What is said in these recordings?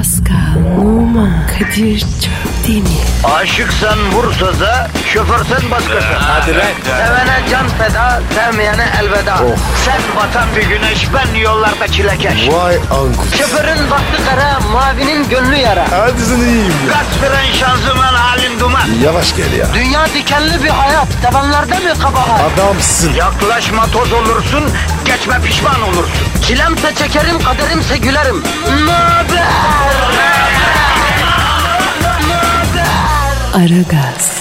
Pascal, Oman, Kadir çok değil mi? Aşıksan vursa da, şoförsen başkasın. Hadi lan. Sevene can feda, sevmeyene elveda. Sen batan bir güneş, ben yollarda çilekeş. Vay anku. Şoförün baktı kara, mavinin gönlü yara. Hadi sen iyiyim ya. Kasperen şanzıman halin duman. Yavaş gel ya. Dünya dikenli bir hayat, sevenlerde mi kabahar? Adamsın. Yaklaşma toz olursun, geçme pişman olursun. Çilemse çekerim, kaderimse gülerim. Möber! Aragaz.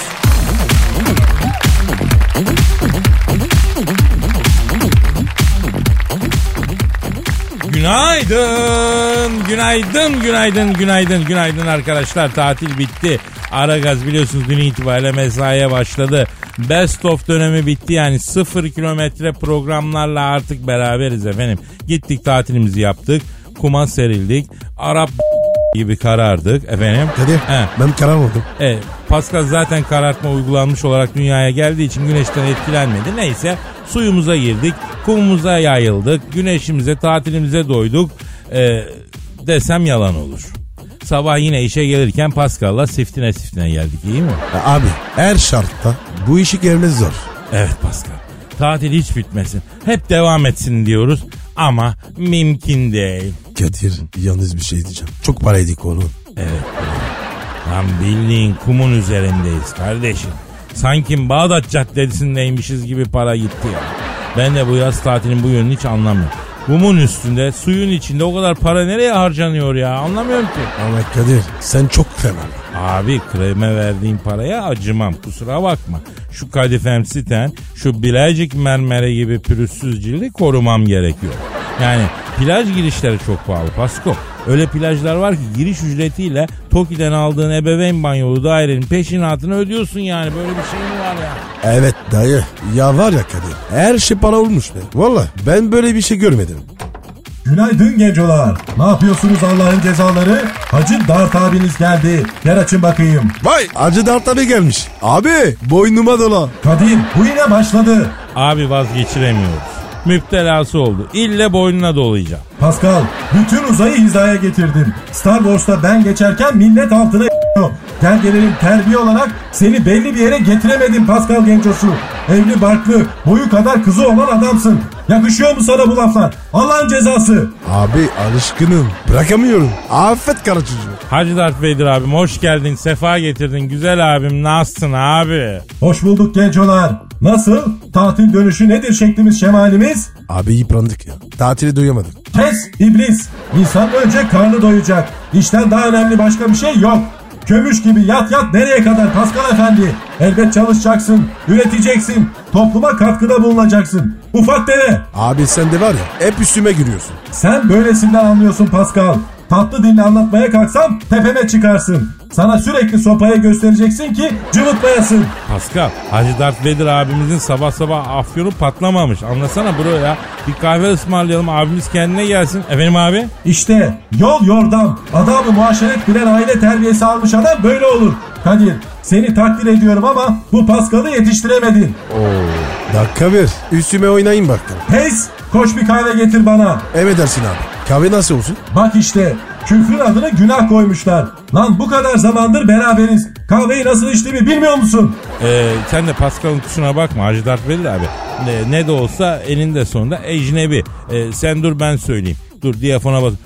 Günaydın arkadaşlar. Tatil bitti. Aragaz biliyorsunuz dün itibariyle mesaiye başladı. Best of dönemi bitti, yani 0 kilometre programlarla artık beraberiz efendim. Gittik, tatilimizi yaptık. Kuma serildik. Arap gibi karardık efendim. Kadir ben kararmadım. Pascal zaten karartma uygulanmış olarak dünyaya geldiği için güneşten etkilenmedi. Neyse, suyumuza girdik, kumumuza yayıldık, güneşimize, tatilimize doyduk desem yalan olur. Sabah yine işe gelirken Pascal'la siftine geldik, iyi mi? Abi her şartta bu işi görmesi zor. Evet Pascal, tatil hiç bitmesin, hep devam etsin diyoruz ama mümkün değil. Kadir yalnız bir şey diyeceğim. Çok para yedik oğlum. Evet. Lan bildiğin kumun üzerindeyiz kardeşim. Sanki Bağdat Caddesi'ndeymişiz gibi para gitti ya. Ben de bu yaz tatilin bu yönünü hiç anlamıyorum. Kumun üstünde, suyun içinde o kadar para nereye harcanıyor ya, anlamıyorum ki. Ama Kadir sen çok fena. Abi kreme verdiğim paraya acımam, kusura bakma. Şu kadifem siten, şu Bilecik mermeri gibi pürüzsüz cildi korumam gerekiyor. Yani plaj girişleri çok pahalı Pasko. Öyle plajlar var ki giriş ücretiyle Toki'den aldığın ebeveyn banyolu dairenin peşinatını ödüyorsun yani. Böyle bir şey mi var ya? Evet dayı. Ya var ya Kadir. Her şey para olmuş be. Vallahi ben böyle bir şey görmedim. Günaydın gencolar. Ne yapıyorsunuz Allah'ın cezaları? Hacı Dart abiniz geldi. Gel açın bakayım. Vay Hacı Dart abi gelmiş. Abi boynuma dola. Kadir bu yine başladı. Abi vazgeçiremiyoruz. Müptelası oldu. İlle boynuna dolayacağım. Pascal, bütün uzayı hizaya getirdim. Star Wars'ta ben geçerken millet altına Gel gelelim terbiye olarak seni belli bir yere getiremedim Pascal gencosu. Evli barklı, boyu kadar kızı olan adamsın. Yakışıyor mu sana bu laflar? Allah'ın cezası. Abi alışkınım. Bırakamıyorum. Affet kara çocuğu. Hacı Darth Vader abim hoş geldin. Sefa getirdin. Güzel abim, nasılsın abi? Hoş bulduk gencolar. Nasıl? Tatil dönüşü nedir şeklimiz, şemalimiz? Abi yıprandık ya. Tatili duyamadık. Kes iblis. İnsan önce karnı doyacak. İşten daha önemli başka bir şey yok. Kömüş gibi yat nereye kadar Pascal efendi? Elbet çalışacaksın, üreteceksin, topluma katkıda bulunacaksın. Ufak deve. Abi sen de var ya hep üstüme giriyorsun. Sen böylesinden anlıyorsun Pascal. Tatlı dille anlatmaya kalksam tepeme çıkarsın. Sana sürekli sopaya göstereceksin ki cıvıtmayasın. Pascal, Hacı Darth Vader abimizin sabah sabah afyonu patlamamış. Anlasana bro ya. Bir kahve ısmarlayalım, abimiz kendine gelsin. Efendim abi? İşte yol yordam. Adamı muaşeret bilen, aile terbiyesi almış adam böyle olur. Kadir, seni takdir ediyorum ama bu Pascal'ı yetiştiremedin. Dakika bir. Üstüme oynayın bakalım. Pes! Koş bir kahve getir bana. Emredersin abi. Kahve nasıl olsun? Bak işte küfrün adını günah koymuşlar. Lan bu kadar zamandır beraberiz. Kahveyi nasıl içtiğimi bilmiyor musun? Sen de Pascal'ın kusuna bakma Hacı Darth Vader abi. Ne de olsa eninde sonunda ecnebi. Sen dur ben söyleyeyim. Dur diyafona bas.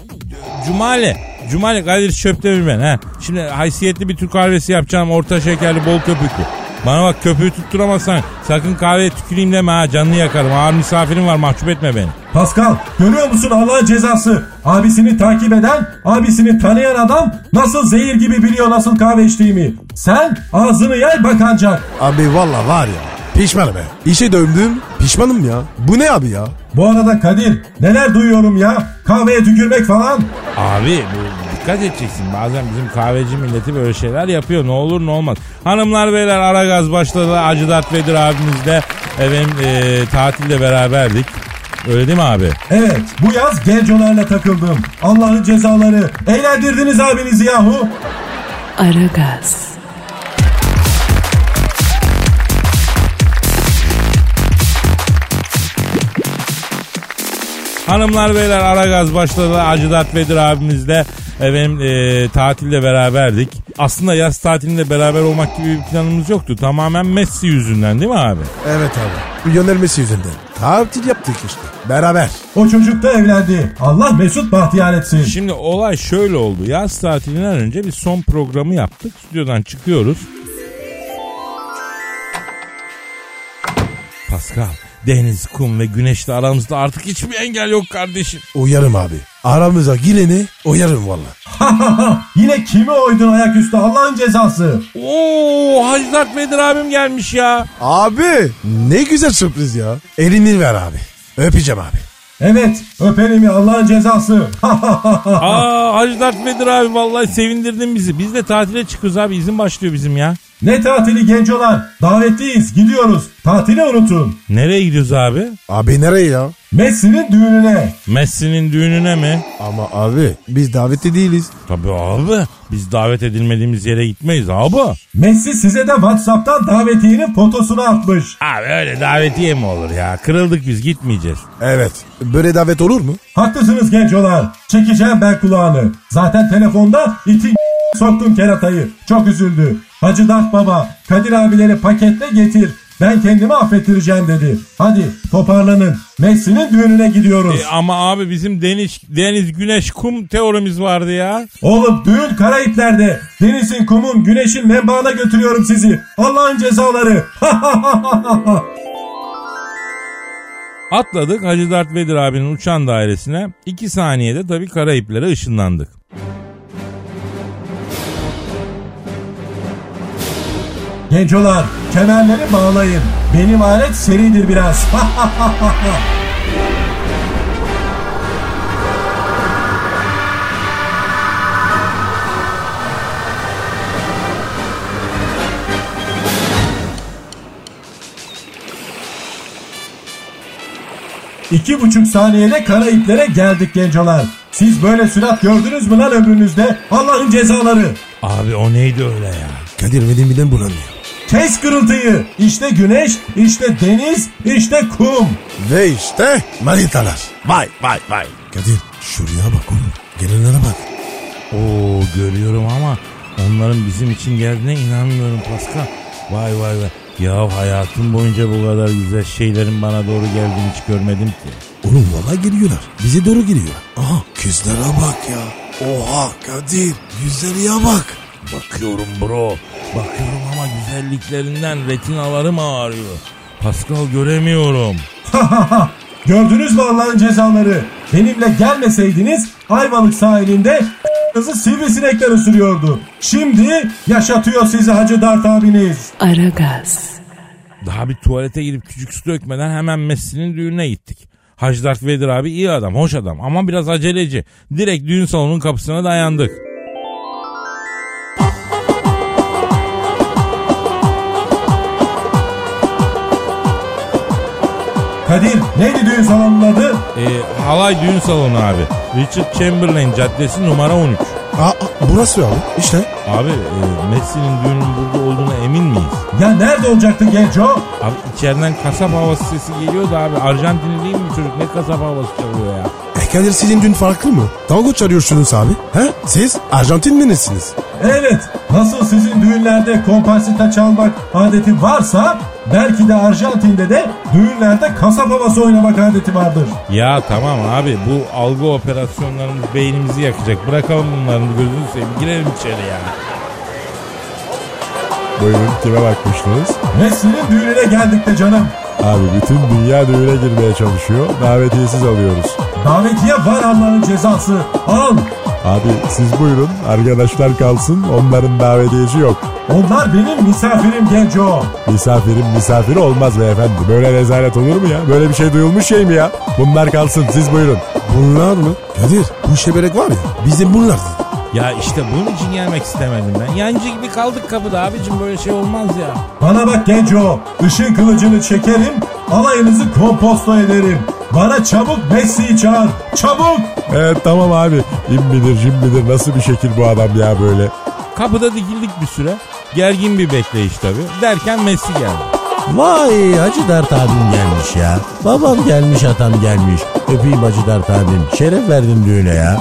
Cumali Kadir Çöptemir ben ha. Şimdi haysiyetli bir Türk kahvesi yapacağım, orta şekerli, bol köpüklü. Bana bak, köpüğü tutturamazsan sakın kahveye tüküreyim deme ha, canını yakarım. Ağır misafirim var, mahcup etme beni. Pascal, görüyor musun Allah'ın cezası? Abisini takip eden, abisini tanıyan adam nasıl zehir gibi biliyor nasıl kahve içtiğimi. Sen ağzını yay bak ancak. Abi valla var ya, pişmanım be. İşe döndüm, pişmanım ya. Bu ne abi ya? Bu arada Kadir, neler duyuyorum ya? Kahveye tükürmek falan. Abi dikkat edeceksin, bazen bizim kahveci milleti böyle şeyler yapıyor, ne olur ne olmaz. Hanımlar beyler, Aragaz başladı. Hacı Dert Vedir abimizle tatilde beraberdik. Öyle değil mi abi? Evet, bu yaz gencolarla takıldım. Allah'ın cezaları. Eğlendirdiniz abinizi yahu. Aragaz. Hanımlar beyler Aragaz başladı. Hacı Dert Vedir abimizle tatilde beraberdik. Aslında yaz tatilinde beraber olmak gibi bir planımız yoktu. Tamamen Messi yüzünden değil mi abi? Evet abi. Milyoner Messi yüzünden. Tatil yaptık işte. Beraber. O çocuk da evlendi. Allah mesut bahtiyar etsin. Şimdi olay şöyle oldu. Yaz tatilinden önce bir son programı yaptık. Stüdyodan çıkıyoruz. Pascal, deniz, kum ve güneşle aramızda artık hiçbir engel yok kardeşim. Uyarım abi. Aramıza gireni uyarım valla. Yine kimi oydun ayaküstü Allah'ın cezası? Oo, Hacı Dert Vedir abim gelmiş ya. Abi ne güzel sürpriz ya. Elini ver abi. Öpeceğim abi. Evet, öperim ya Allah'ın cezası. Aa, Hacı Dert Vedir abi vallahi sevindirdin bizi. Biz de tatile çıkıyoruz abi, izin başlıyor bizim ya. Ne tatili gencolar? Davetliyiz, gidiyoruz. Tatili unutun. Nereye gidiyoruz abi? Abi nereye ya? Messi'nin düğününe. Messi'nin düğününe mi? Ama abi biz davetli değiliz. Tabii abi, biz davet edilmediğimiz yere gitmeyiz abi. Messi size de WhatsApp'tan davetiyenin fotosunu atmış. Abi öyle davetiye mi olur ya? Kırıldık biz, gitmeyeceğiz. Evet. Böyle davet olur mu? Haklısınız gencolar. Çekeceğim ben kulağını. Zaten telefonda itin soktum keratayı. Çok üzüldü. Hacı Dert Baba, Kadir abileri paketle getir. Ben kendimi affettireceğim dedi. Hadi toparlanın. Messi'nin düğününe gidiyoruz. Ama abi bizim deniz, güneş, kum teorimiz vardı ya. Oğlum düğün Karayipler'de. Denizin, kumun, güneşin menbaına götürüyorum sizi. Allah'ın cezaları. Atladık Hacı Dert Vedir abinin uçan dairesine. 2 saniyede tabii Karayiplere ışınlandık. Gencolar kemerleri bağlayın. Benim alet seridir biraz. İki buçuk saniyede Karayiplere geldik gencolar. Siz böyle sürat gördünüz mü lan ömrünüzde? Allah'ın cezaları. Abi o neydi öyle ya? Kadir benim bulanıyor. Kes kırıltıyı. İşte güneş, işte deniz, işte kum. Ve işte manitalar. Vay. Kadir şuraya bak oğlum. Gelenlere bak. Oo, görüyorum ama onların bizim için geldiğine inanmıyorum Pascal. Vay. Ya hayatım boyunca bu kadar güzel şeylerin bana doğru geldiğini hiç görmedim ki. Oğlum valla geliyorlar. Bize doğru geliyor. Aha kızlara bak ya. Oha Kadir güzelliğe bak. Bakıyorum bro. Bakıyorum ama güzelliklerinden retinalarım ağrıyor. Pascal göremiyorum. Gördünüz mü Allah'ın cezaları? Benimle gelmeseydiniz Ayvalık sahilinde kızı sivrisinekler ısırıyordu. Şimdi yaşatıyor sizi Hacı Dert abiniz. Aragaz. Daha bir tuvalete girip küçük su dökmeden hemen Messi'nin düğününe gittik. Hacı Dert Vedir abi iyi adam, hoş adam ama biraz aceleci. Direkt düğün salonunun kapısına dayandık. Kadir neydi düğün salonunun adı? Halay düğün salonu abi. Richard Chamberlain Caddesi numara 13. Burası abi işte. Abi Messi'nin düğünün burada olduğuna emin miyiz? Ya nerede olacaktı genco? Abi içeriden kasap havası sesi geliyordu abi. Arjantinli değil mi bu çocuk? Ne kasap havası çalıyor ya? Kadir sizin dün farklı mı? Tango çağırıyorsunuz abi. He? Siz Arjantin minisiniz? Evet. Nasıl sizin düğünlerde komparsita çalmak adeti varsa belki de Arjantin'de de düğünlerde kasap havası oynamak adeti vardır. Ya tamam abi bu algı operasyonlarımız beynimizi yakacak. Bırakalım bunların gözünü seveyim. Girelim içeri ya. Buyurun kime bakmıştınız? Messi'nin düğününe geldik de canım. Abi bütün dünya düğüne girmeye çalışıyor. Davetiyesiz alıyoruz. Davetiye var Allah'ın cezası. Al. Abi siz buyurun. Arkadaşlar kalsın. Onların davetiyesi yok. Onlar benim misafirim genco. Misafirin misafiri olmaz beyefendi. Böyle rezalet olur mu ya? Böyle bir şey duyulmuş şey mi ya? Bunlar kalsın. Siz buyurun. Bunlar mı? Kadir bu şeberek var ya bizim bunlardı. Ya işte bunun için gelmek istemedim ben. Yancı gibi kaldık kapıda abicim, böyle şey olmaz ya. Bana bak genco. Işın kılıcını çekerim. Alayınızı komposto ederim. Bana çabuk Messi'yi çağır. Çabuk. Evet tamam abi. İm midir cim midir nasıl bir şekil bu adam ya böyle. Kapıda dikildik bir süre. Gergin bir bekleyiş tabii. Derken Messi geldi. Vay Hacı Dert abim gelmiş ya. Babam gelmiş, atam gelmiş. Öpeyim Hacı Dert abim. Şeref verdin düğüne ya.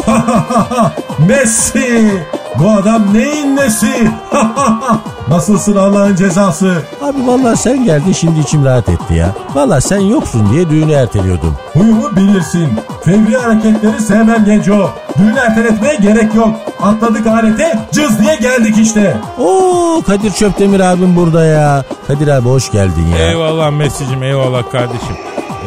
Messi! Bu adam neyin nesi? Nasılsın Allah'ın cezası? Abi vallahi sen geldin, şimdi içim rahat etti ya. Vallahi sen yoksun diye düğünü erteliyordum. Huyumu bilirsin. Fevri hareketleri sevmem genco. Düğünü erteletmeye gerek yok. Atladık alete, cız diye geldik işte. Oo, Kadir Çöptemir abim burada ya. Kadir abi hoş geldin ya. Eyvallah Messi'cim, eyvallah kardeşim.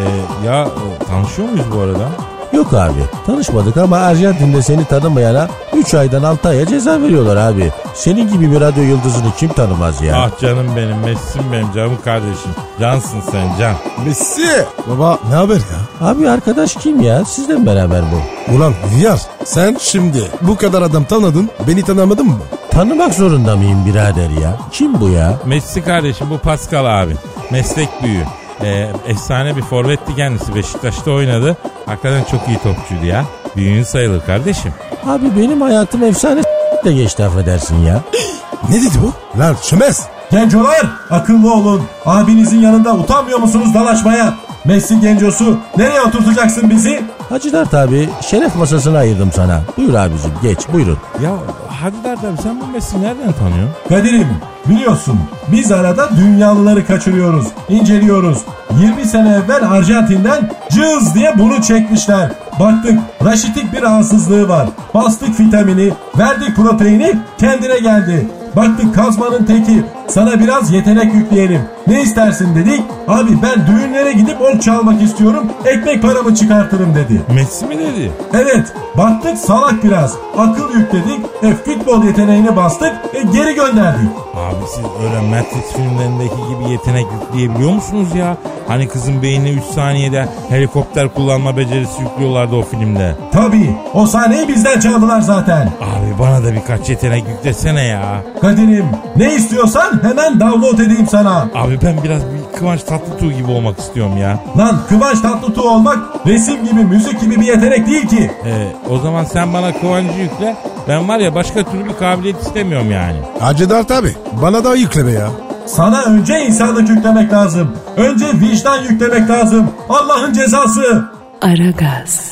Tanışıyor muyuz bu arada? Yok abi, tanışmadık ama Arjantin'de seni tanımayana 3 aydan 6 aya ceza veriyorlar abi. Senin gibi bir radyo yıldızını kim tanımaz ya? Ah canım benim, Messi'm benim, canım kardeşim. Cansın sen, can. Messi. Baba ne haber ya? Abi arkadaş kim ya? Sizle mi beraber bu? Ulan Hıyar, sen şimdi bu kadar adam tanıdın, beni tanımadın mı? Tanımak zorunda mıyım birader ya? Kim bu ya? Messi kardeşim, bu Pascal abi. Meslek büyüğü. Efsane bir forvetti kendisi. Beşiktaş'ta oynadı. Hakikaten çok iyi topçuydu ya. Büyüğün sayılır kardeşim. Abi benim hayatım efsane de geçti, affedersin ya. Ne dedi bu? Lan çömez. Gencolar akıllı olun. Abinizin yanında utanmıyor musunuz dalaşmaya? Messi gencosu, nereye oturtacaksın bizi? Hacı Dert abi, şeref masasını ayırdım sana. Buyur abicim, geç buyurun. Ya hadi Dert abi, sen bu Messi'yi nereden tanıyorsun? Kadir'im, biliyorsun biz arada dünyalıları kaçırıyoruz, inceliyoruz. 20 sene evvel Arjantin'den cız diye bunu çekmişler. Baktık raşitik bir rahatsızlığı var. Bastık vitamini, verdik proteini, kendine geldi. Baktık kazmanın teki, sana biraz yetenek yükleyelim. Ne istersin dedik. Abi ben düğünlere gidip ork çalmak istiyorum, ekmek paramı çıkartırım dedi. Messi mi dedi? Evet, baktık salak biraz. Akıl yükledik, futbol yeteneğine bastık, geri gönderdik. Abi siz öyle Matrix filmlerindeki gibi yetenek yükleyebiliyor musunuz ya? Hani kızın beynine 3 saniyede helikopter kullanma becerisi yüklüyorlardı o filmde. Tabii, o sahneyi bizden çaldılar zaten. Abi bana da birkaç yetenek yüklesene ya. Kadir'im, ne istiyorsan hemen download edeyim sana. Abi ben biraz bir Kıvanç Tatlıtuğ gibi olmak istiyorum ya. Lan Kıvanç Tatlıtuğ olmak resim gibi, müzik gibi bir yetenek değil ki. O zaman sen bana Kıvanç'ı yükle. Ben var ya başka türlü bir kabiliyet istemiyorum yani. Hacı Dert abi, bana da yükleme ya. Sana önce insanlık yüklemek lazım. Önce vicdan yüklemek lazım. Allah'ın cezası. Aragaz.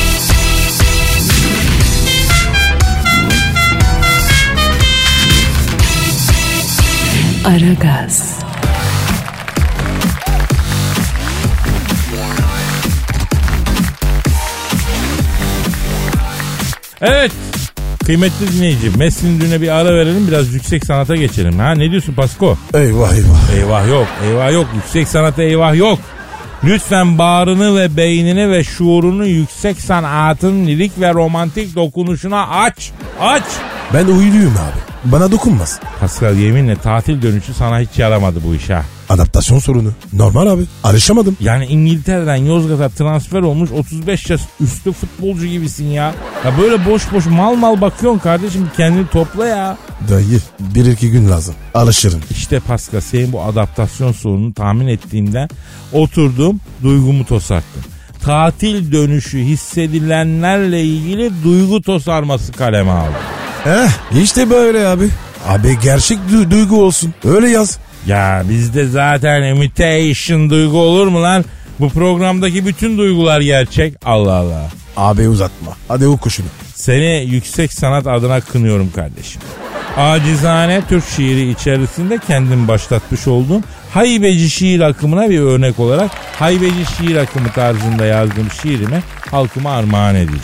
Aragaz. Evet. Kıymetli dinleyici, Messi'nin düğüne bir ara verelim, biraz yüksek sanata geçelim. Ha, ne diyorsun Pasko? Eyvah eyvah. Eyvah yok, eyvah yok. Yüksek sanata eyvah yok. Lütfen bağrını ve beynini ve şuurunu yüksek sanatın lirik ve romantik dokunuşuna aç. Aç. Ben uyluyum abi. Bana dokunmaz. Pascal, yeminle tatil dönüşü sana hiç yaramadı bu iş ha. Adaptasyon sorunu. Normal abi. Alışamadım. Yani İngiltere'den Yozgat'a transfer olmuş 35 yaş üstü futbolcu gibisin ya. Ya böyle boş boş mal bakıyorsun kardeşim, kendini topla ya. Dayı 1-2 gün lazım. Alışırım. İşte Pascal, senin bu adaptasyon sorununu tahmin ettiğimden oturdum, duygumu tosarttım. Tatil dönüşü hissedilenlerle ilgili duygu tosarması kaleme aldım. İşte böyle abi. Abi gerçek duygu olsun. Öyle yaz. Ya bizde zaten imitation duygu olur mu lan? Bu programdaki bütün duygular gerçek. Allah Allah. Abi uzatma. Hadi oku şunu. Seni yüksek sanat adına kınıyorum kardeşim. Acizane Türk şiiri içerisinde kendim başlatmış olduğum haybeci şiir akımına bir örnek olarak haybeci şiir akımı tarzında yazdığım şiirimi halkıma armağan edeceğim.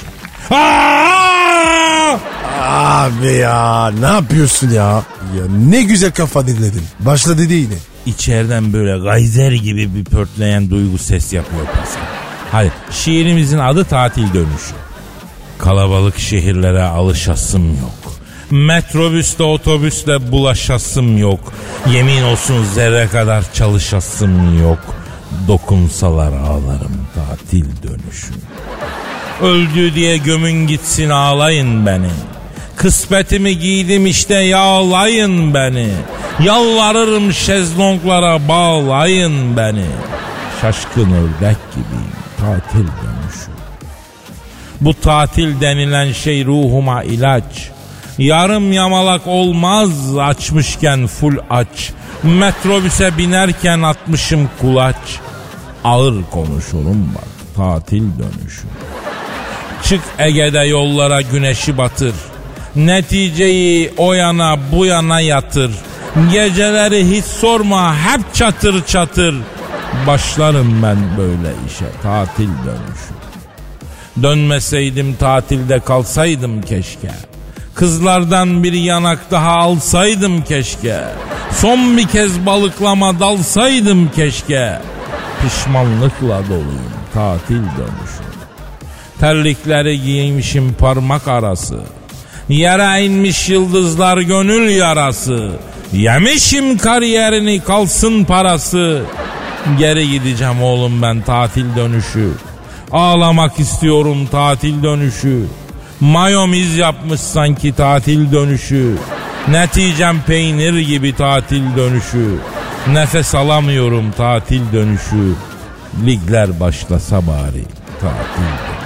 Abi ya ne yapıyorsun ya? Ya ne güzel kafa dinledin. Başla dedi yine. İçeriden böyle gayzer gibi bir pörtleyen duygu ses yapıyor Pascal. Hadi, şiirimizin adı Tatil Dönüşü. Kalabalık şehirlere alışasım yok. Metrobüste otobüsle bulaşasım yok. Yemin olsun zerre kadar çalışasım yok. Dokunsalar ağlarım tatil dönüşü. Öldü diye gömün gitsin ağlayın beni. Kısmetimi giydim işte yağlayın beni. Yalvarırım şezlonglara bağlayın beni. Şaşkın ördek gibiyim tatil dönüşü. Bu tatil denilen şey ruhuma ilaç. Yarım yamalak olmaz açmışken full aç. Metrobüse binerken atmışım kulaç. Ağır konuşurum bak tatil dönüşü. Çık Ege'de yollara güneşi batır. Neticeyi o yana bu yana yatır. Geceleri hiç sorma hep çatır çatır. Başlarım ben böyle işe tatil dönüşü. Dönmeseydim tatilde kalsaydım keşke. Kızlardan bir yanak daha alsaydım keşke. Son bir kez balıklama dalsaydım keşke. Pişmanlıkla doluyum tatil dönüşü. Terlikleri giymişim parmak arası. Yere inmiş yıldızlar gönül yarası. Yemişim kariyerini kalsın parası. Geri gideceğim oğlum ben tatil dönüşü. Ağlamak istiyorum tatil dönüşü. Mayom iz yapmış sanki tatil dönüşü. Neticem peynir gibi tatil dönüşü. Nefes alamıyorum tatil dönüşü. Ligler başlasa bari tatil dönüşü.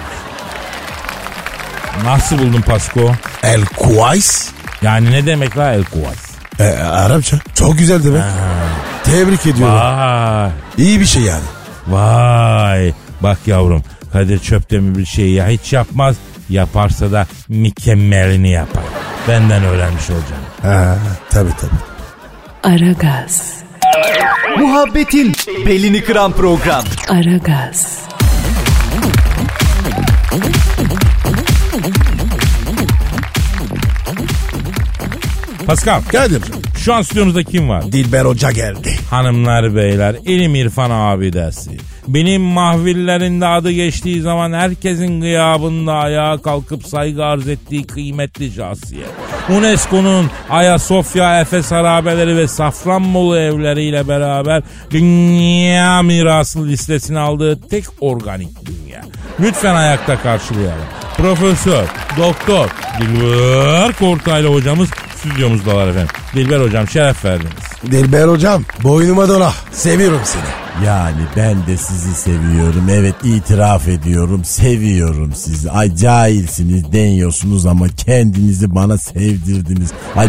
Nasıl buldun Pasko? El Kuvays. Yani ne demek la El Kuvays? Arapça. Çok güzel demek. Tebrik ediyorum. Vay. İyi bir şey yani. Vay. Bak yavrum Kadir Çöptemir bir şey ya hiç yapmaz. Yaparsa da mükemmelini yapar. Benden öğrenmiş olacağım. Tabii. Aragaz. Muhabbetin belini kıran program. Aragaz. Pascal. Kadir. Şu an stüdyomuzda kim var? Dilber Hoca geldi. Hanımlar beyler ilim irfan abidesi. Bilim mahvillerinde adı geçtiği zaman herkesin gıyabında ayağa kalkıp saygı arz ettiği kıymetli şahsiyet. UNESCO'nun Ayasofya, Efes harabeleri ve Safranbolu evleriyle beraber dünya mirası listesine aldığı tek organik dünya. Lütfen ayakta karşılayalım. Profesör, Doktor Dilber Kortaylı hocamız stüdyomuzdalar efendim. Dilber hocam şeref verdiniz. Dilber hocam boynuma dola. Seviyorum seni. Yani ben de sizi seviyorum. Evet itiraf ediyorum. Seviyorum sizi. Ay cahilsiniz deniyorsunuz ama kendinizi bana sevdirdiniz. Ay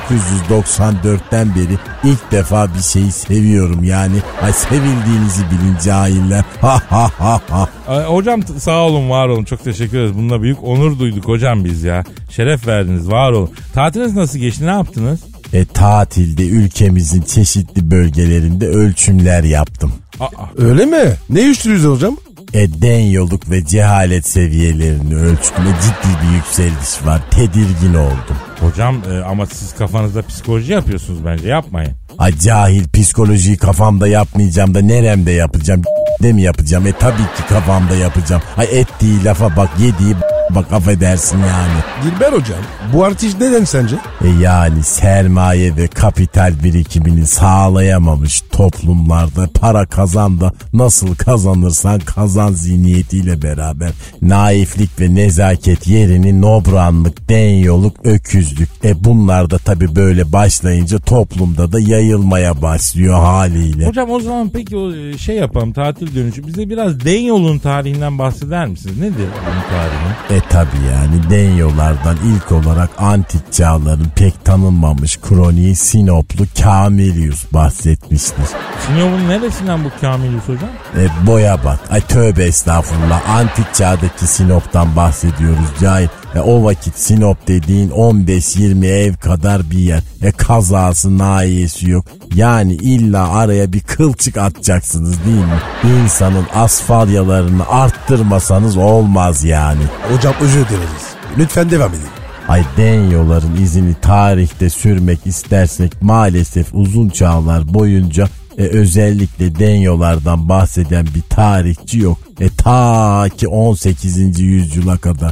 1994'ten beri ilk defa bir şeyi seviyorum yani. Ay sevildiğinizi bilin cahiller. Ha ha ha ha. Hocam sağ olun var olun çok teşekkür ederiz. Bununla büyük onur duyduk hocam biz ya. Şeref verdiniz var olun. Tatiliniz nasıl geçti ne yaptınız? Tatilde ülkemizin çeşitli bölgelerinde ölçümler yaptım. Öyle mi? Ne ölçtünüz hocam? Denyoluk ve cehalet seviyelerini ölçtüm. Ciddi bir yükseliş var. Tedirgin oldum. Hocam ama siz kafanızda psikoloji yapıyorsunuz bence yapmayın. Ay cahil psikolojiyi kafamda yapmayacağım da neremde yapacağım? De mi yapacağım? Tabii ki kafamda yapacağım. Ay ettiği lafa bak yediği bak affedersin yani. Dilber hocam bu artış neden sence? Yani sermaye ve kapital birikimini sağlayamamış toplumlarda para kazan da nasıl kazanırsan kazan zihniyetiyle beraber naiflik ve nezaket yerini nobranlık, denyoluk, öküzlük. Bunlar da tabii böyle başlayınca toplumda da yayılmaya başlıyor haliyle. Hocam o zaman peki o şey yapalım tatil dönüşü bize biraz Denyol'un tarihinden bahseder misiniz? Nedir bunun tarihi? Tabi yani Denyolardan ilk olarak antik çağların pek tanınmamış kroniği Sinoplu Camilius bahsetmiştir. Sinop'un neresinden bu Camilius hocam? Boyabat. Ay tövbe estağfurullah. Antik çağdaki Sinop'tan bahsediyoruz cahil. O vakit Sinop dediğin 15-20 ev kadar bir yer. Kazası nahiyesi yok. Yani illa araya bir kılçık atacaksınız değil mi? İnsanın asfalyalarını arttırmasanız olmaz yani. Hocam özür dileriz. Lütfen devam edin. Ay denyoların izini tarihte sürmek istersek maalesef uzun çağlar boyunca özellikle denyolardan bahseden bir tarihçi yok. Ta ki 18. yüzyıla kadar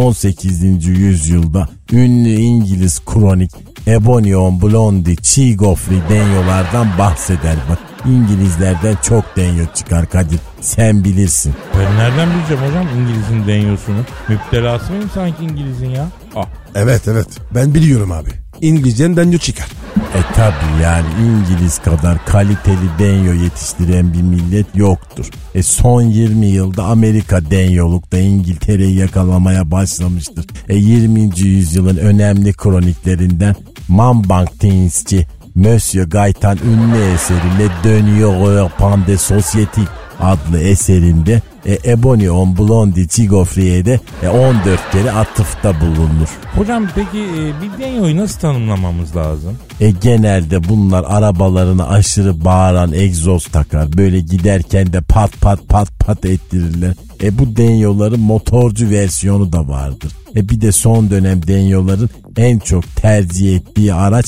18. yüzyılda ünlü İngiliz kronik Ebonion Blondie Çiğ Gofri denyolardan bahseder. Bak İngilizlerden çok denyo çıkar Kadir. Sen bilirsin. Ben nereden bileceğim hocam İngiliz'in denyosunu? Müptelası mıyım sanki İngiliz'in ya? Evet ben biliyorum abi. İngilizceden denyo çıkar. Tabi yani İngiliz kadar kaliteli denyo yetiştiren bir millet yoktur. Son 20 yılda Amerika denyolukta İngiltere'yi yakalamaya başlamıştır. 20. yüzyılın önemli kroniklerinden Mambank Teens'ci Monsieur Gaitan ünlü eseriyle Dönüyor Pande Sosyetik adlı eserinde Ebony on Blondie Chigofriye'de 14 kere atıfta bulunur. Hocam peki bir denyoyu nasıl tanımlamamız lazım? Genelde bunlar arabalarına aşırı bağıran egzoz takar. Böyle giderken de pat pat pat pat ettirirler. Bu denyoların motorcu versiyonu da vardır. Bir de son dönem denyoların en çok tercih ettiği araç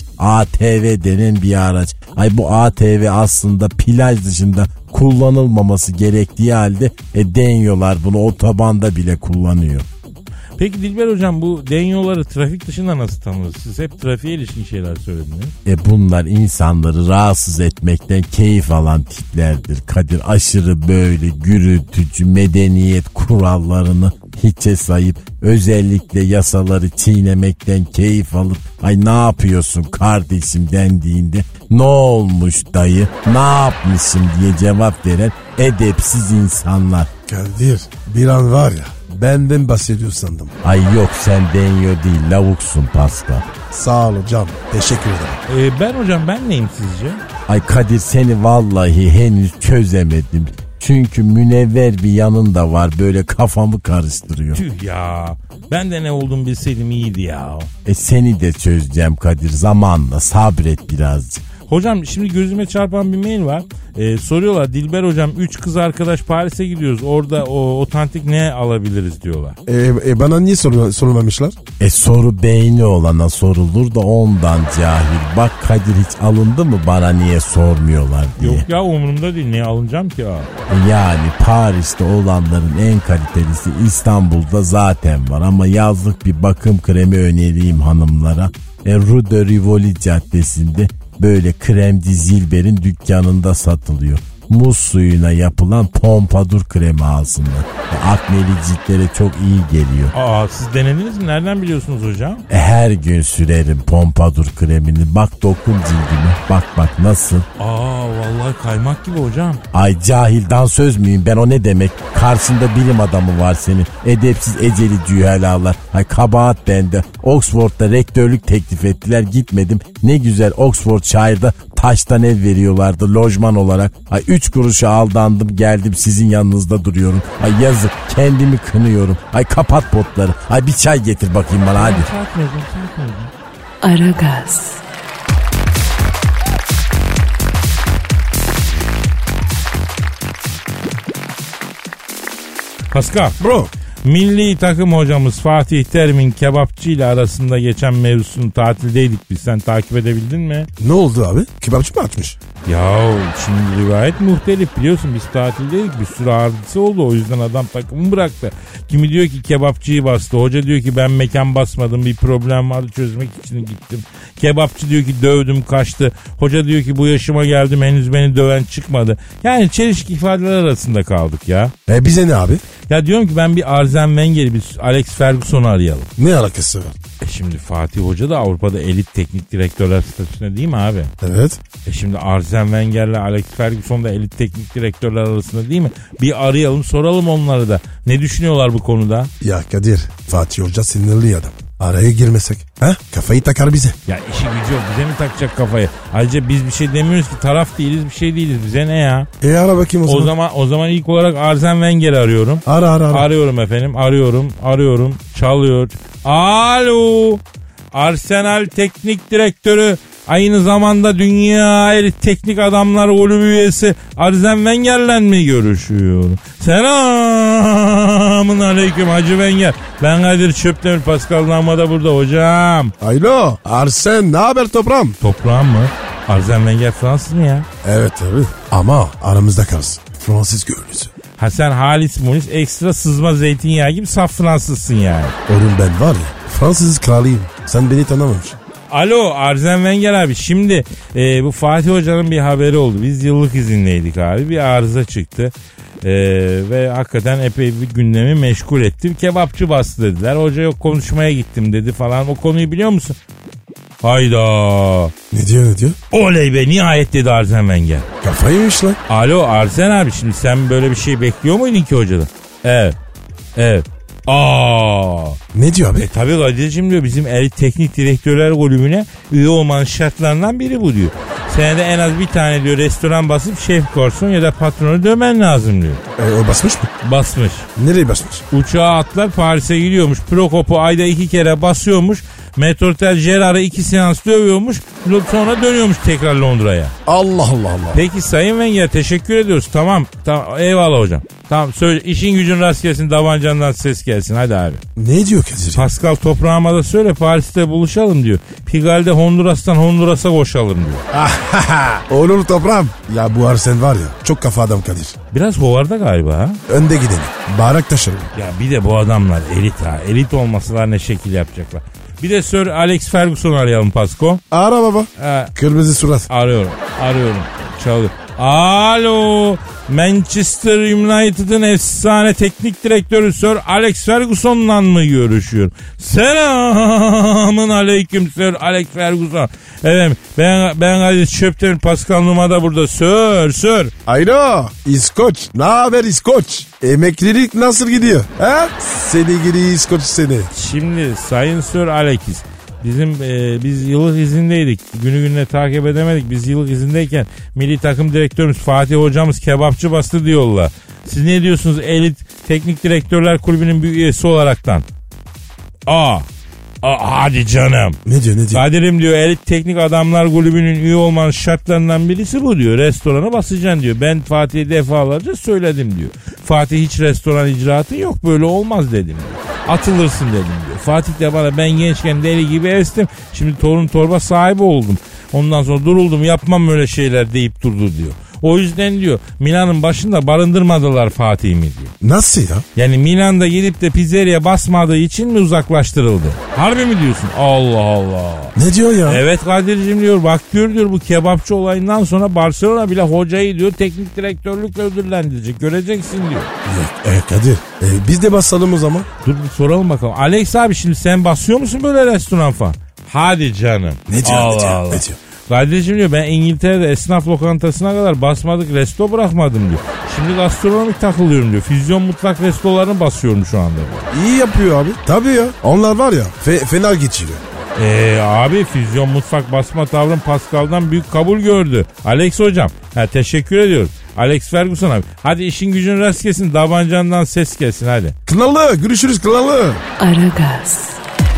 ATV denen bir araç. Bu ATV aslında plaj dışında kullanılmaması gerektiği halde denyolar bunu otobanda bile kullanıyor. Peki Dilber hocam bu denyoları trafik dışında nasıl tanırız? Siz hep trafiğe ilişkin şeyler söylediniz. Bunlar insanları rahatsız etmekten keyif alan tiplerdir Kadir. Aşırı böyle gürültücü medeniyet kurallarını hiçe sayıp özellikle yasaları çiğnemekten keyif alıp ay ne yapıyorsun kardeşim dendiğinde ne olmuş dayı ne yapmışım diye cevap veren edepsiz insanlar. Kadir bir an var ya benden bahsediyor sandım. Ay yok sen denyo değil lavuksun Pascal. Sağ ol hocam teşekkür ederim. Ben hocam ben neyim sizce? Ay Kadir seni vallahi henüz çözemedim. Çünkü münevver bir yanın da var böyle kafamı karıştırıyor. Tüh ya ben de ne olduğumu bilseydim iyiydi ya. Seni de çözeceğim Kadir zamanla sabret birazcık. Hocam şimdi gözüme çarpan bir mail var. Soruyorlar Dilber hocam 3 kız arkadaş Paris'e gidiyoruz. Orada o otantik ne alabiliriz diyorlar. Bana niye sorulmamışlar? Soru beyni olana sorulur da ondan cahil. Bak Kadir hiç alındı mı bana niye sormuyorlar diye. Yok ya umurumda değil niye alınacağım ki ya. Yani Paris'te olanların en kalitelisi İstanbul'da zaten var. Ama yazlık bir bakım kremi önereyim hanımlara. Rue de Rivoli Caddesi'nde böyle kremci Zilber'in dükkanında satılıyor. Muz suyuna yapılan pompadur kremi alsınlar. Akneli ciltlere çok iyi geliyor. Siz denediniz mi? Nereden biliyorsunuz hocam? Her gün sürerim pompadur kremini. Bak dokun cildime. Bak nasıl? Vallahi kaymak gibi hocam. Ay cahil dansöz müyüm ben o ne demek? Karşında bilim adamı var senin. Edepsiz eceli cühelalar. Ay kabahat bende. Oxford'da rektörlük teklif ettiler gitmedim. Ne güzel Oxford şairde taştan ev veriyorlardı lojman olarak. Ay 3 kuruşa aldandım geldim sizin yanınızda duruyorum. Ay yazık kendimi kınıyorum. Ay kapat botları. Ay bir çay getir bakayım bana hadi. Aragaz. Pascal. Bro. Milli takım hocamız Fatih Terim'in kebapçı ile arasında geçen mevzusunu tatildeydik biz. Sen takip edebildin mi? Ne oldu abi? Kebapçı mı açmış? Ya şimdi rivayet muhtelif biliyorsun biz tatildeydik bir sürü hadise oldu o yüzden adam takımı bıraktı. Kimi diyor ki kebapçıyı bastı, hoca diyor ki ben mekan basmadım bir problem vardı çözmek için gittim. Kebapçı diyor ki dövdüm kaçtı, hoca diyor ki bu yaşıma geldim henüz beni döven çıkmadı. Yani çelişki ifadeler arasında kaldık ya. Bize ne abi? Ya diyorum ki ben bir Arsene Wenger'i bir Alex Ferguson'u arayalım. Ne alakası var? Şimdi Fatih Hoca da Avrupa'da elit teknik direktörler statüsünde değil mi abi? Evet. Şimdi Arsene Wenger'le Alex Ferguson da elit teknik direktörler arasında değil mi? Bir arayalım soralım onları da. Ne düşünüyorlar bu konuda? Ya Kadir Fatih Hoca sinirli adam. Araya girmesek. Kafayı takar bize. Ya işi gücü yok bize mi takacak kafayı? Ayrıca biz bir şey demiyoruz ki taraf değiliz bir şey değiliz bize ne ya? Ara bakayım o zaman. O zaman ilk olarak Arsene Wenger'i arıyorum. Ara. Arıyorum efendim arıyorum çalıyor. Alo Arsenal teknik direktörü aynı zamanda dünya elit teknik adamlar kulübü üyesi Arsene Wenger'le mi görüşüyor? Selamun aleyküm Hacı Wenger. Ben Kadir Çöptemir Pascal Nama da burada hocam. Alo Arsene ne haber toprağım? Toprağım mı? Arsene Wenger Fransız mı ya? Evet tabii ama aramızda kalsın. Fransız görünüzü. Ha sen halis mulis ekstra sızma zeytinyağı gibi saf Fransızsın yani. Oğlum ben var ya Fransız kralıyım. Sen beni tanımamışsın. Alo Arsene Wenger abi şimdi bu Fatih Hoca'nın bir haberi oldu. Biz yıllık izinleydik abi bir arıza çıktı. Ve hakikaten epey bir gündemi meşgul etti. Kebapçı bastı dediler. Hoca yok konuşmaya gittim dedi falan. O konuyu biliyor musun? Hayda. Ne diyor? Oley be, nihayet dedi Arsene Wenger. Kafayı yemiş lan. Alo Arsene abi, şimdi sen böyle bir şey bekliyor muydun ki hocadan? Evet. Ne diyor abi? Tabii Kadir'cim diyor, bizim elit teknik direktörler kulübüne üye olmanın şartlarından biri bu diyor. Senede en az bir tane diyor restoran basıp şef korsun ya da patronu dövmen lazım diyor. O basmış mı? Basmış. Nereye basmış? Uçağa atlar Paris'e gidiyormuş. Prokop'u ayda 2 kere basıyormuş. Metrotel Gerard'ı 2 seans dövüyormuş. Sonra dönüyormuş tekrar Londra'ya. Allah. Peki Sayın Wenger, teşekkür ediyoruz. Tamam eyvallah hocam. Tamam söyle, işin gücün rast gelsin, davancandan ses gelsin hadi abi. Ne diyor Kadir? Pascal toprağıma da söyle, Paris'te buluşalım diyor. Pigal'de Honduras'tan Honduras'a koşalım diyor. Olur toprağım. Ya bu Arsen var ya, çok kafa adam Kadir. Biraz hovarda galiba ha. Önde gidelim. Barak taşırım. Ya bir de bu adamlar elit ha. Elit olmasalar ne şekil yapacaklar. Bir de Sir Alex Ferguson'u arayalım Pasko. Ara baba. Kırmızı surat. Arıyorum. Çalıyor. Alo. Manchester United'ın efsane teknik direktörü Sir Alex Ferguson'la mı görüşüyor? Selamın aleyküm Sir Alex Ferguson. Evet ben Kadir Çöptemir, Pascal Numa da burada. Sir. Alo İskoç. Ne haber İskoç? Emeklilik nasıl gidiyor? Seni gidi İskoç seni. Şimdi Sayın Sir Alex, biz yıllık izindeydik. Günü gününe takip edemedik. Biz yıllık izindeyken milli takım direktörümüz Fatih hocamız kebapçı bastı diyorlar. Siz ne diyorsunuz elit teknik direktörler kulübünün bir üyesi olaraktan? Hadi canım. Ne diyor? Kadir'im diyor, elit teknik adamlar kulübünün üye olmanın şartlarından birisi bu diyor. Restorana basacaksın diyor. Ben Fatih'e defalarca söyledim diyor. Fatih hiç restoran icraatı yok, böyle olmaz dedim diyor. Atılırsın dedim diyor. Fatih de bana, ben gençken deli gibi estim. Şimdi torun torba sahibi oldum. Ondan sonra duruldum, yapmam öyle şeyler deyip durdu diyor. O yüzden diyor Milan'ın başında barındırmadılar Fatih'imi diyor. Nasıl ya? Yani Milan'da gidip de pizzeriye basmadığı için mi uzaklaştırıldı? Harbi mi diyorsun? Allah. Ne diyor ya? Evet Kadir'cim diyor, bak gör diyor, bu kebapçı olayından sonra Barcelona bile hocayı diyor teknik direktörlükle ödüllendirecek. Göreceksin diyor. Kadir biz de basalım o zaman. Dur bir soralım bakalım. Alex abi, şimdi sen basıyor musun böyle restoran falan? Hadi canım. Ne diyor? Kardeşim diyor, ben İngiltere'de esnaf lokantasına kadar basmadık resto bırakmadım diyor. Şimdi gastronomik takılıyorum diyor. Füzyon mutfak restolarını basıyorum şu anda diyor. İyi yapıyor abi. Tabii ya. Onlar var ya fena geçiriyor. Abi füzyon mutfak basma tavrın Pascal'dan büyük kabul gördü. Alex hocam. Teşekkür ediyoruz. Alex Ferguson abi. Hadi işin gücün rast gelsin. Davancandan ses gelsin hadi. Kınalı. Görüşürüz kınalı. Aragaz.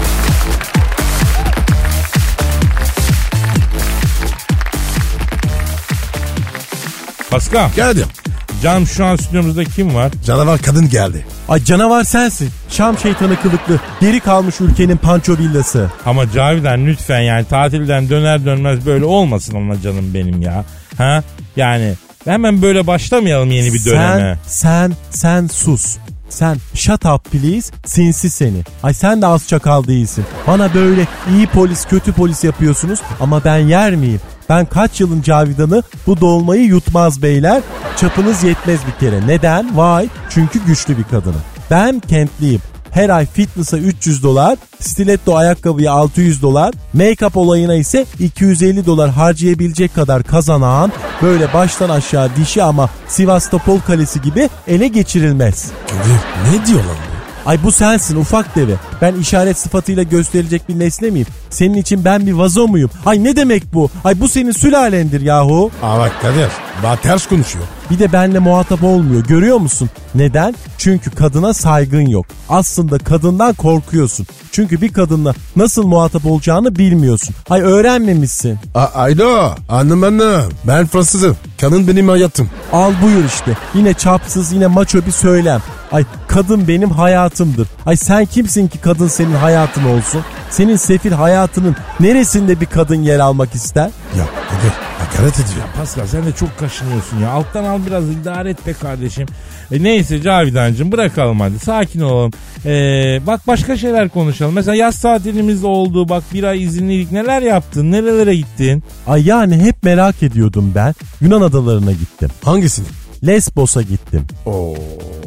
Pascal. Geldim. Canım, şu an stüdyomuzda kim var? Canavar kadın geldi. Ay canavar sensin. Şam şeytanı kılıklı. Geri kalmış ülkenin panço villası. Ama Cavidan lütfen, yani tatilden döner dönmez böyle olmasın ama canım benim ya. Yani hemen böyle başlamayalım yeni bir döneme. Sen sus. Sen shut up please, sinsi seni. Ay sen de az çakal değilsin. Bana böyle iyi polis kötü polis yapıyorsunuz ama ben yer miyim? Ben kaç yılın Cavidan'ı, bu dolmayı yutmaz beyler. Çapınız yetmez bir kere. Neden? Vay, çünkü güçlü bir kadınım. Ben kentliyim. Her ay fitness'a $300, stiletto ayakkabıya $600, make-up olayına ise $250 harcayabilecek kadar kazanan, böyle baştan aşağı dişi ama Sivastopol kalesi gibi ele geçirilmez. Kadir ne diyor lan bu? Ay bu sensin ufak deve. Ben işaret sıfatıyla gösterilecek bir nesne miyim? Senin için ben bir vazo muyum? Ay ne demek bu? Ay bu senin sülalendir yahu. Bak Kadir, bana ters konuşuyor. Bir de benimle muhatap olmuyor, görüyor musun? Neden? Çünkü kadına saygın yok. Aslında kadından korkuyorsun. Çünkü bir kadınla nasıl muhatap olacağını bilmiyorsun. Ay öğrenmemişsin. Ayda annem. Ben Fransızım. Kadın benim hayatım. Al buyur işte. Yine çapsız, yine maço bir söylem. Ay kadın benim hayatımdır. Ay sen kimsin ki kadın senin hayatın olsun? Senin sefil hayatının neresinde bir kadın yer almak ister? Ya Kadir hakaret ediyor. Ya Pascal sen de çok kaşınıyorsun ya. Alttan al biraz, idare et be kardeşim. Neyse Cavidancığım, bırakalım hadi. Sakin olalım. Bak başka şeyler konuşalım. Mesela yaz tatilimizde oldu. Bak bir ay izinliydik. Neler yaptın? Nerelere gittin? Ay yani hep merak ediyordum ben. Yunan adalarına gittim. Hangisini? Lesbos'a gittim.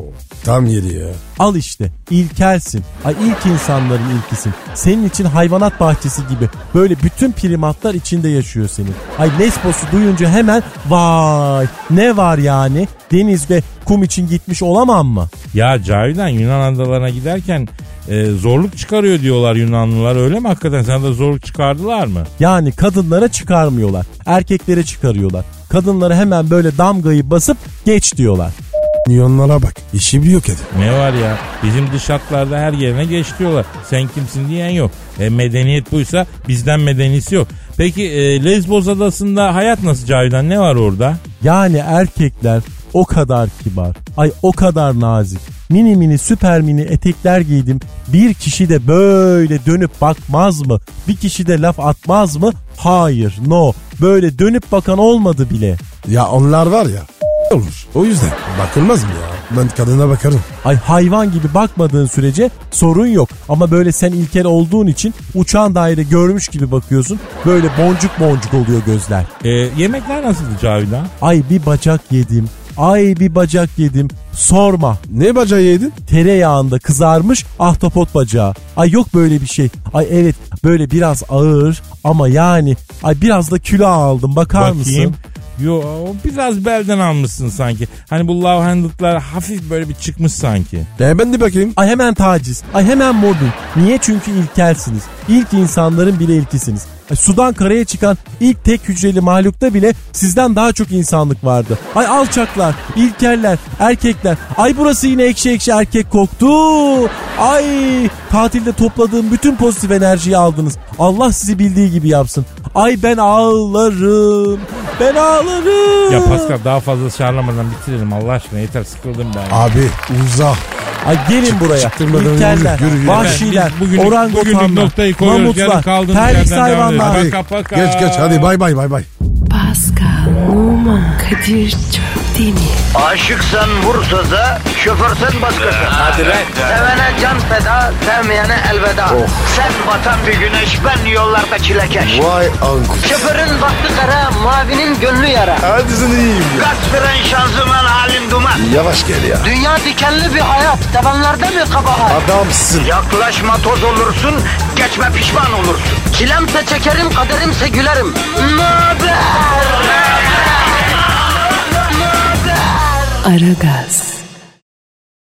tam yeri ya. Al işte ilkelsin. Ay ilk insanların ilkisin. Senin için hayvanat bahçesi gibi. Böyle bütün primatlar içinde yaşıyor senin. Ay Lesbos'u duyunca hemen vay ne var yani? Deniz ve kum için gitmiş olamam mı? Ya Cavidan Yunan adalarına giderken zorluk çıkarıyor diyorlar Yunanlılar, öyle mi hakikaten? Sana da zorluk çıkardılar mı? Yani kadınlara çıkarmıyorlar. Erkeklere çıkarıyorlar. Kadınlara hemen böyle damgayı basıp geç diyorlar. Milyonlara bak. İşi biliyor Kadir. Ne var ya? Bizim dış hatlarda her yerine geç diyorlar. Sen kimsin diyen yok. Medeniyet buysa bizden medenisi yok. Peki Lesbos adasında hayat nasıl Cavidan? Ne var orada? Yani erkekler o kadar kibar. Ay o kadar nazik. Mini mini süper mini etekler giydim. Bir kişi de böyle dönüp bakmaz mı? Bir kişi de laf atmaz mı? Hayır, no. Böyle dönüp bakan olmadı bile. Ya onlar var ya olur. O yüzden bakılmaz mı ya? Ben kadına bakarım. Ay hayvan gibi bakmadığın sürece sorun yok. Ama böyle sen ilkel olduğun için uçan daire görmüş gibi bakıyorsun. Böyle boncuk boncuk oluyor gözler. Yemekler nasıldı Cavidan? Ay bir bacak yedim. Ay bir bacak yedim. Sorma. Ne bacağı yedin? Tereyağında kızarmış ahtapot bacağı. Ay yok böyle bir şey. Ay evet böyle biraz ağır ama yani ay biraz da kilo aldım bakar mısın? Yo biraz belden almışsın sanki. Hani bu love handed'lar hafif böyle bir çıkmış sanki. Ben de bakayım. Ay hemen taciz. Ay hemen mobbing. Niye? Çünkü ilkelsiniz. İlk insanların bile ilkisiniz. Ay, sudan karaya çıkan ilk tek hücreli mahlukta bile sizden daha çok insanlık vardı. Ay alçaklar, ilkeller, erkekler. Ay burası yine ekşi ekşi erkek koktu. Ay tatilde topladığım bütün pozitif enerjiyi aldınız. Allah sizi bildiği gibi yapsın. Ay ben ağlarım. Ben ağlarım. Ya Pascal daha fazla şarlamadan bitirelim Allah aşkına, yeter, sıkıldım ben. Abi uza. Ay gelin buraya. İlkeller, vahşiler, orangutanlar, mamutlar, terlik hayvanlar. Geç hadi bay bay. Pascal, Oman, Kadir çok değil mi? Aşıksan vursa da, şoförsen başkasın. Hadi lan. Sevene can feda, sevmeyene elveda. Sen batan bir güneş, ben yollarda çilekeş. Vay anku. Şoförün baktı kara, mavinin gönlü yara. Hadi sen iyiyim ya. Kasperen şanzıman halin duman. Yavaş gel ya. Dünya dikenli bir hayat, sevenlerde mi kabahar? Adamsın. Yaklaşma toz olursun, geçme pişman olursun. Çilemse çekerim, kaderimse gülerim. Möber! Aragaz.